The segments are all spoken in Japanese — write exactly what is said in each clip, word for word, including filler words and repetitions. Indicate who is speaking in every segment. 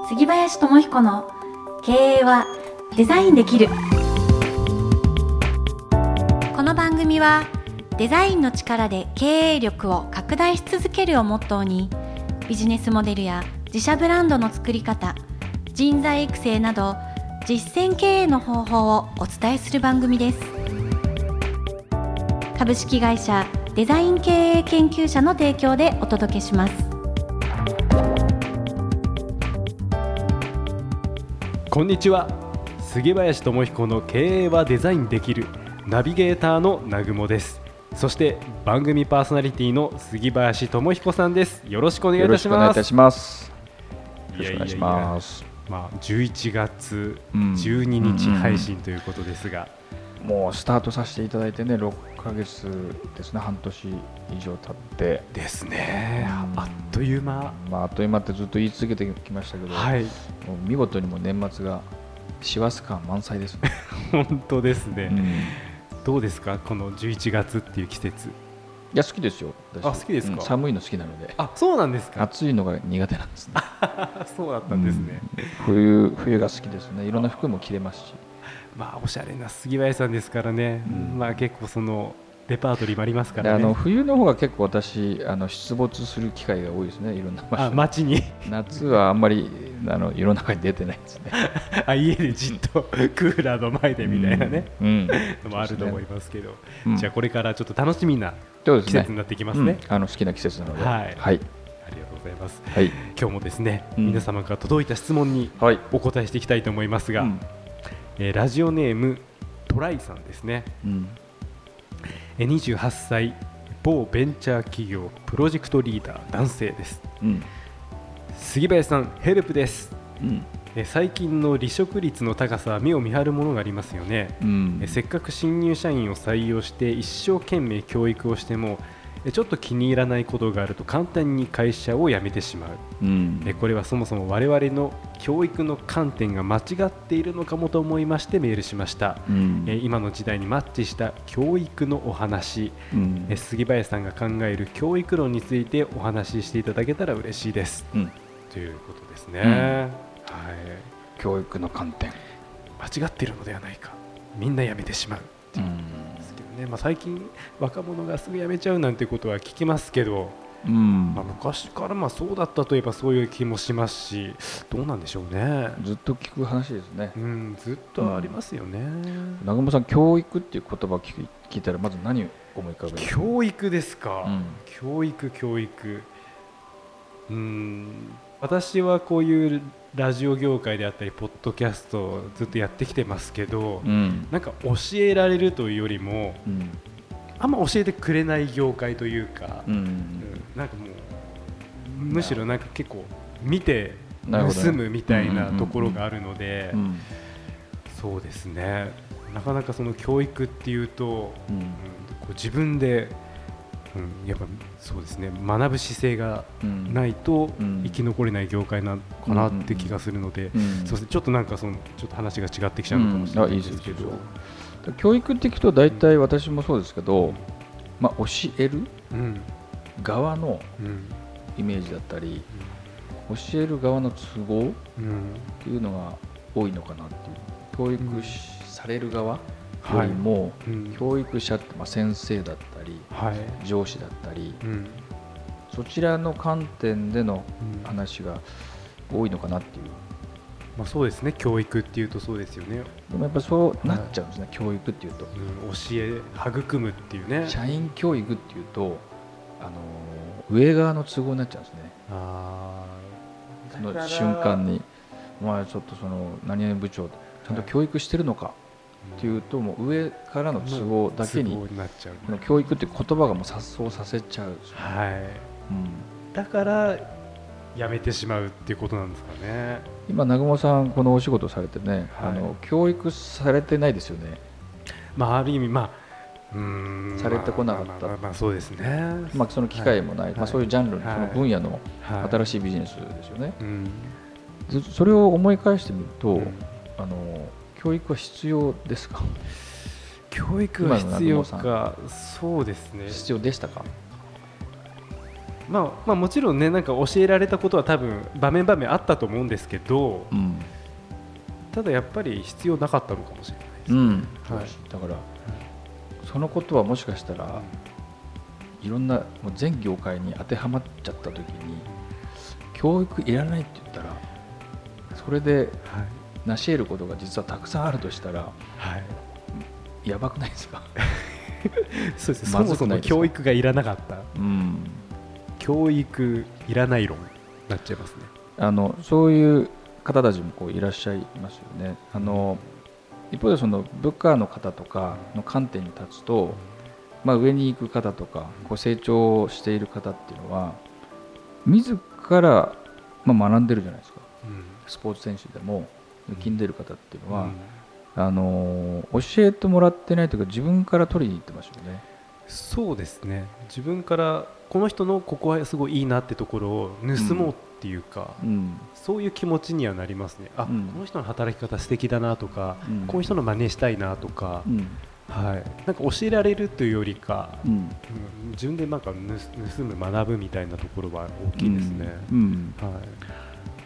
Speaker 1: 杉林智彦の経営はデザインできる。この番組はデザインの力で経営力を拡大し続けるをモットーに、ビジネスモデルや自社ブランドの作り方、人材育成など実践経営の方法をお伝えする番組です。株式会社デザイン経営研究者の提供でお届けします。
Speaker 2: こんにちは。杉林智彦の経営はデザインできるナビゲーターの南雲です。そして番組パーソナリティの杉林智彦さんです。よろしくお願いいたします。
Speaker 3: よろしくお願いいたします。
Speaker 2: よろしくお願いします。まあ、じゅういちがつじゅうににち配信ということですが、
Speaker 3: うんうんうん、もうスタートさせていただいてね、ろっかげつですね。半年以上経って
Speaker 2: ですね、うん、あっという間、
Speaker 3: まあ、あっという間ってずっと言い続けてきましたけど、はい、もう見事にも年末が師走感満載ですね。
Speaker 2: 本当ですね、
Speaker 3: うん、
Speaker 2: どうですかこのじゅういちがつっていう季節。
Speaker 3: いや好きですよ。
Speaker 2: あ、好きですか、
Speaker 3: うん、寒いの好きなので。
Speaker 2: あ、そうなんですか。
Speaker 3: 暑いのが苦手なんですね。
Speaker 2: そうだったんですね、
Speaker 3: うん、冬, 冬が好きですね。いろんな服も着れますし、
Speaker 2: まあ、おしゃれな杉林さんですからね、うん、まあ、結構そのレパートリーもありますからね。
Speaker 3: あの冬の方が結構私あの出没する機会が多いですね。いろんな場所。
Speaker 2: あ、街に。夏
Speaker 3: はあんまりあの世の中に出てないですね。
Speaker 2: あ、家でじっとクーラーの前でみたいなね、
Speaker 3: うんうん、
Speaker 2: のもあると思いますけど、
Speaker 3: うん、
Speaker 2: じゃあこれからちょっと楽しみな季節になってきますね。
Speaker 3: うん、あの好きな季節なので、
Speaker 2: はい、
Speaker 3: はい、
Speaker 2: ありがとうございます、はい、今日もですね、うん、皆様から届いた質問にお答えしていきたいと思いますが、はい、えー、ラジオネームトライさんですね、うん、えにじゅうはっさい、某ベンチャー企業プロジェクトリーダー、男性です、うん、杉林さんヘルプです、うん、え最近の離職率の高さは目を見張るものがありますよね、うん、えせっかく新入社員を採用して一生懸命教育をしてもちょっと気に入らないことがあると簡単に会社を辞めてしまう、うん、これはそもそも我々の教育の観点が間違っているのかもと思いましてメールしました、うん、今の時代にマッチした教育のお話、うん、杉林さんが考える教育論についてお話ししていただけたら嬉しいです、うん、ということですね、うん、はい、
Speaker 3: 教育の観点
Speaker 2: 間違っているのではないか、みんな辞めてしまうっていう、うんね、まあ、最近若者がすぐ辞めちゃうなんてことは聞きますけど、うん、まあ、昔からまあそうだったといえばそういう気もしますし、どうなんでしょうね。
Speaker 3: ずっと聞く話ですね、
Speaker 2: うん、ずっとありますよね、うん、
Speaker 3: 南雲さん、教育っていう言葉を 聞, 聞いたらまず何を思い浮かべますか。
Speaker 2: 教育ですか、うん、教育教育、うーん、私はこういうラジオ業界であったりポッドキャストをずっとやってきてますけど、うん、なんか教えられるというよりも、うん、あんま教えてくれない業界というか、うんうん、なんかもうむしろなんか結構見て盗むみたいなところがあるので、そうですね、なかなかその教育っていうと、うんうん、こう自分でうん、やっぱそうですね、学ぶ姿勢がないと生き残れない業界なのかなって気がするので、そうですね、ちょっとなんかそのちょっと話が違ってきちゃうのかもしれないですけど、
Speaker 3: うん、教育って聞くと大体私もそうですけど、まあ、教える側のイメージだったり、うん、教える側の都合っていうのが多いのかなっていう、教育される側よりも、はい、うん、教育者って、まあ、先生だったり、はい、上司だったり、うん、そちらの観点での話が多いのかなっていう、
Speaker 2: まあ、そうですね、教育っていうとそうですよね。
Speaker 3: でもやっぱそうなっちゃうんですね、はい、教育っていうと、
Speaker 2: うん、教え育むっていうね。
Speaker 3: 社員教育っていうと、あの上側の都合になっちゃうんですね。あ、その瞬間に、まあ、ちょっとその何々部長ちゃんと教育してるのか、はい、っていうと、もう上からの都合だけに、
Speaker 2: なっちゃう、ね、
Speaker 3: この教育って言葉がもう殺到させちゃう、ね、
Speaker 2: はい、うん、だからやめてしまうっていうことなんですかね。
Speaker 3: 今南雲さんこのお仕事されてね、はい、あの教育されてないですよね。
Speaker 2: まあ、ある意味、まあ、うーん、
Speaker 3: されてこなかった、まあまあ
Speaker 2: まあ、そうですね、
Speaker 3: まあ、その機会もない、はい、まあ、そういうジャンル、はい、その分野の新しいビジネスですよね、はい、それを思い返してみると、うん、あの教育は必要ですか。
Speaker 2: 教育は必要か、そうですね、
Speaker 3: 必要でしたか。
Speaker 2: まあまあ、もちろんねなんか教えられたことは多分場面場面あったと思うんですけど、うん、ただやっぱり必要なかったのかもしれないですね、うんはい、
Speaker 3: だから、うん、そのことはもしかしたら、うん、いろんなもう全業界に当てはまっちゃった時に教育いらないって言ったらそれで成し得ることが実はたくさんあるとしたら、はい、やばくないですか
Speaker 2: そうですね、そもそも教育がいらなかった、うん、教育いらない論になっちゃいますね。
Speaker 3: あのそういう方たちもこういらっしゃいますよね。あの一方でその部下の方とかの観点に立つと、まあ、上に行く方とかこう成長している方っていうのは自らまあ学んでるじゃないですか、うん、スポーツ選手でも抜きんでる方っていうのは、うんあの教えてもらってないというか自分から取りに行ってますよね。
Speaker 2: そうですね、自分からこの人のここはすごいいいなってところを盗もうっていうか、うん、そういう気持ちにはなりますね。あ、うん、この人の働き方素敵だなとか、うん、こういう人の真似したいなとか、うんはい、なんか教えられるというよりか、うんうん、自分でなんか盗む学ぶみたいなところは大きいですね、うんうんはい、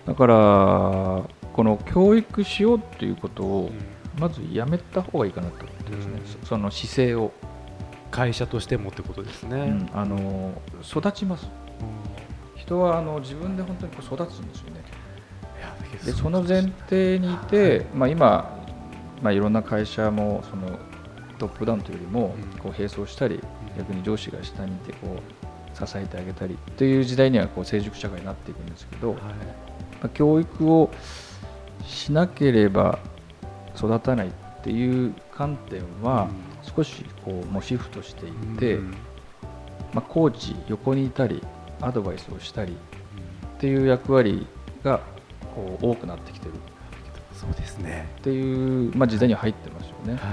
Speaker 3: だからこの教育しようということを、うんまずやめた方がいいかなと思ってですね、うん、その姿勢を
Speaker 2: 会社としてもってことですね、うん、
Speaker 3: あの育ちます、うん、人はあの自分で本当にこう育つんですよね。いやでその前提にいて、はいまあ、今、まあ、いろんな会社もそのトップダウンというよりもこう並走したり、うん、逆に上司が下にいてこう支えてあげたりという時代にはこう成熟社会になっていくんですけど、はいまあ、教育をしなければ育たないっていう観点は少しこうもうシフトしていって、うんまあ、コーチ横にいたりアドバイスをしたりっていう役割がこう多くなってきてる
Speaker 2: そうですね
Speaker 3: っていう、まあ、時代には入ってますよね、はい、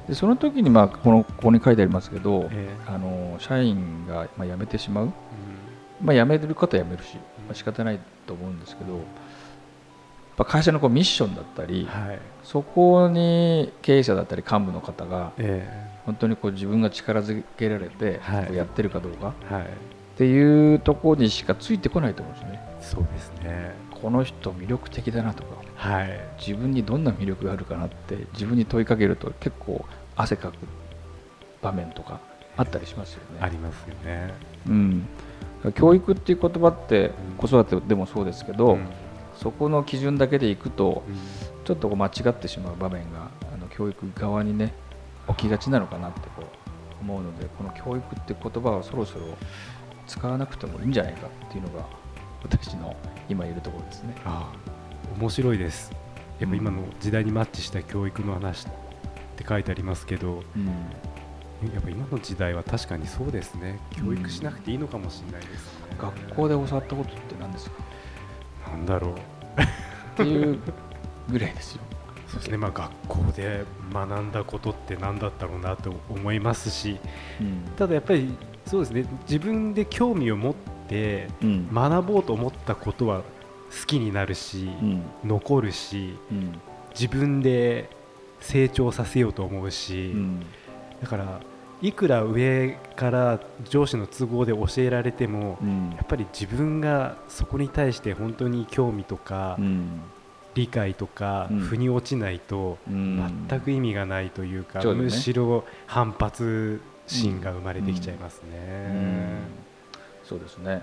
Speaker 3: でその時にまあこのここに書いてありますけど、えー、あの社員がまあ辞めてしまう、うんまあ、辞める方は辞めるし、まあ、仕方ないと思うんですけど会社のこうミッションだったり、はい、そこに経営者だったり幹部の方が、えー、本当にこう自分が力づけられて、はい、やってるかどうか、はい、っていうところにしかついてこないと思うんですよね。
Speaker 2: そうですね。
Speaker 3: この人魅力的だなとか、はい、自分にどんな魅力があるかなって自分に問いかけると結構汗かく場面とかあったりしますよね。
Speaker 2: ありますよね、
Speaker 3: うん、教育っていう言葉って子育てでもそうですけど、うんそこの基準だけでいくと、うん、ちょっとこう間違ってしまう場面があの教育側にね起きがちなのかなってこう思うのでこの教育って言葉はそろそろ使わなくてもいいんじゃないかっていうのが私の今いるところですね。あ
Speaker 2: あ面白いです。やっぱ今の時代にマッチした教育の話って書いてありますけど、うん、やっぱ今の時代は確かにそうですね。教育しなくていいのかもしれないですね、
Speaker 3: うん、学校で教わったことって何ですか？
Speaker 2: なんだろう
Speaker 3: っていうぐらいですよ。
Speaker 2: そうですね、まあ、学校で学んだことって何だったろうなと思いますし、うん、ただやっぱりそうですね自分で興味を持って学ぼうと思ったことは好きになるし、うん、残るし、うん、自分で成長させようと思うし、うん、だからいくら上から上司の都合で教えられても、うん、やっぱり自分がそこに対して本当に興味とか、うん、理解とか、うん、腑に落ちないと全く意味がないというか、うん、むしろ反発心が生まれてきちゃいますね、うんうん、
Speaker 3: そうですね、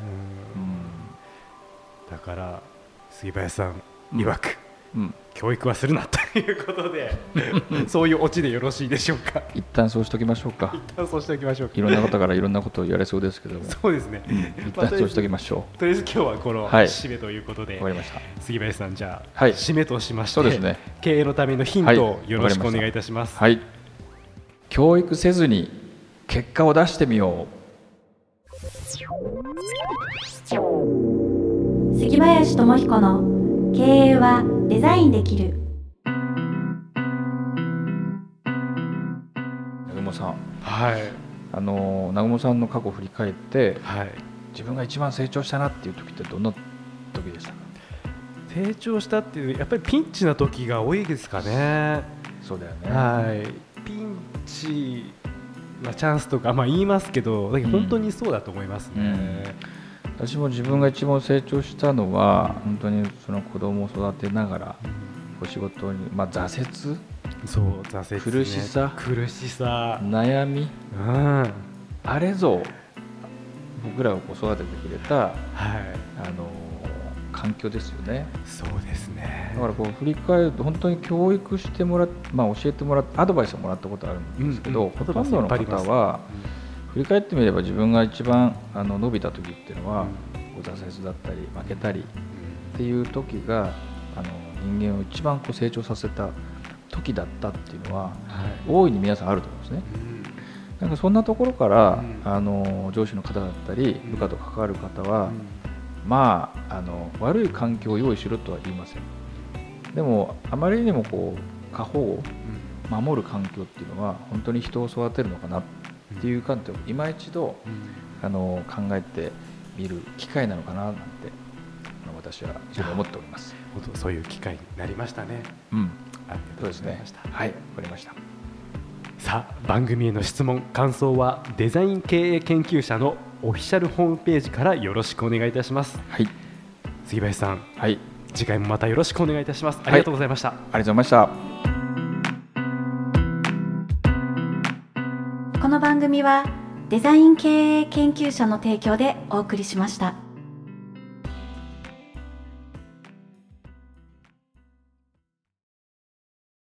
Speaker 2: だから杉林さん曰く、うん、教育はするなということでそういうオチでよろしいでしょうか。
Speaker 3: 一旦そうしておきましょうか。
Speaker 2: 一旦そうしておきましょうか。
Speaker 3: いろんな方からいろんなことを言われそうですけども
Speaker 2: そうですね、
Speaker 3: うん、一旦そうしておきましょう。
Speaker 2: とりあえず今日はこの締めということで、
Speaker 3: はい、わかりました。
Speaker 2: 杉林さんじゃあ、はい、締めとしまして
Speaker 3: そうですね、
Speaker 2: 経営のためのヒントをよろしくお願いいたします。
Speaker 3: はい、教育せずに結果を出してみよう。
Speaker 1: 杉林智彦の経営はデザインできる。
Speaker 3: 南雲さん、
Speaker 2: はい、
Speaker 3: あの南雲さんの過去を振り返って、はい、自分が一番成長したなっていう時ってどんな時でしたか？
Speaker 2: 成長したっていうやっぱりピンチな時が多いですかね。
Speaker 3: そうだよね。
Speaker 2: はい、ピンチ、まあ、チャンスとか、まあ、言いますけどだけど本当にそうだと思いますね、
Speaker 3: うん、 私も自分が一番成長したのは本当にその子供を育てながらお仕事に、まあ、挫折、
Speaker 2: そう挫折、ね、
Speaker 3: 苦しさ
Speaker 2: 苦しさ
Speaker 3: 悩み、
Speaker 2: うん、
Speaker 3: あれぞ僕らをこう育ててくれた、はい、あの環境ですよね。
Speaker 2: そうですね。
Speaker 3: だからこう振り返ると本当に教育してもらっ、まあ、教えてもらっアドバイスをもらったことあるんですけど、うんうん、ほとんどの方は振り返ってみれば自分が一番あの伸びた時っていうのは、うん、挫折だったり負けたりっていう時があの人間を一番こう成長させた時だったっていうのは、はい、大いに皆さんあると思うんですね。うん、なんかそんなところから、うん、あの上司の方だったり部下と関わる方は、うん、まあ、あの悪い環境を用意しろとは言いません。でもあまりにもこう過保護、守る環境っていうのは本当に人を育てるのかなっていう観点を今一度、うん、あの考えてみる機会なのかななんて私は非常に思っております。
Speaker 2: 本当そういう機会になりましたね。
Speaker 3: うん、ありがとうございました。はい、わかりました。
Speaker 2: さあ、番組への質問感想はデザイン経営研究者のオフィシャルホームページからよろしくお願いいたします。
Speaker 3: はい、
Speaker 2: 杉林さん、
Speaker 3: はい、
Speaker 2: 次回もまたよろしくお願いいたします。ありがとうございました。はい、
Speaker 3: ありがとうございました。
Speaker 1: この番組はデザイン経営研究者の提供でお送りしました。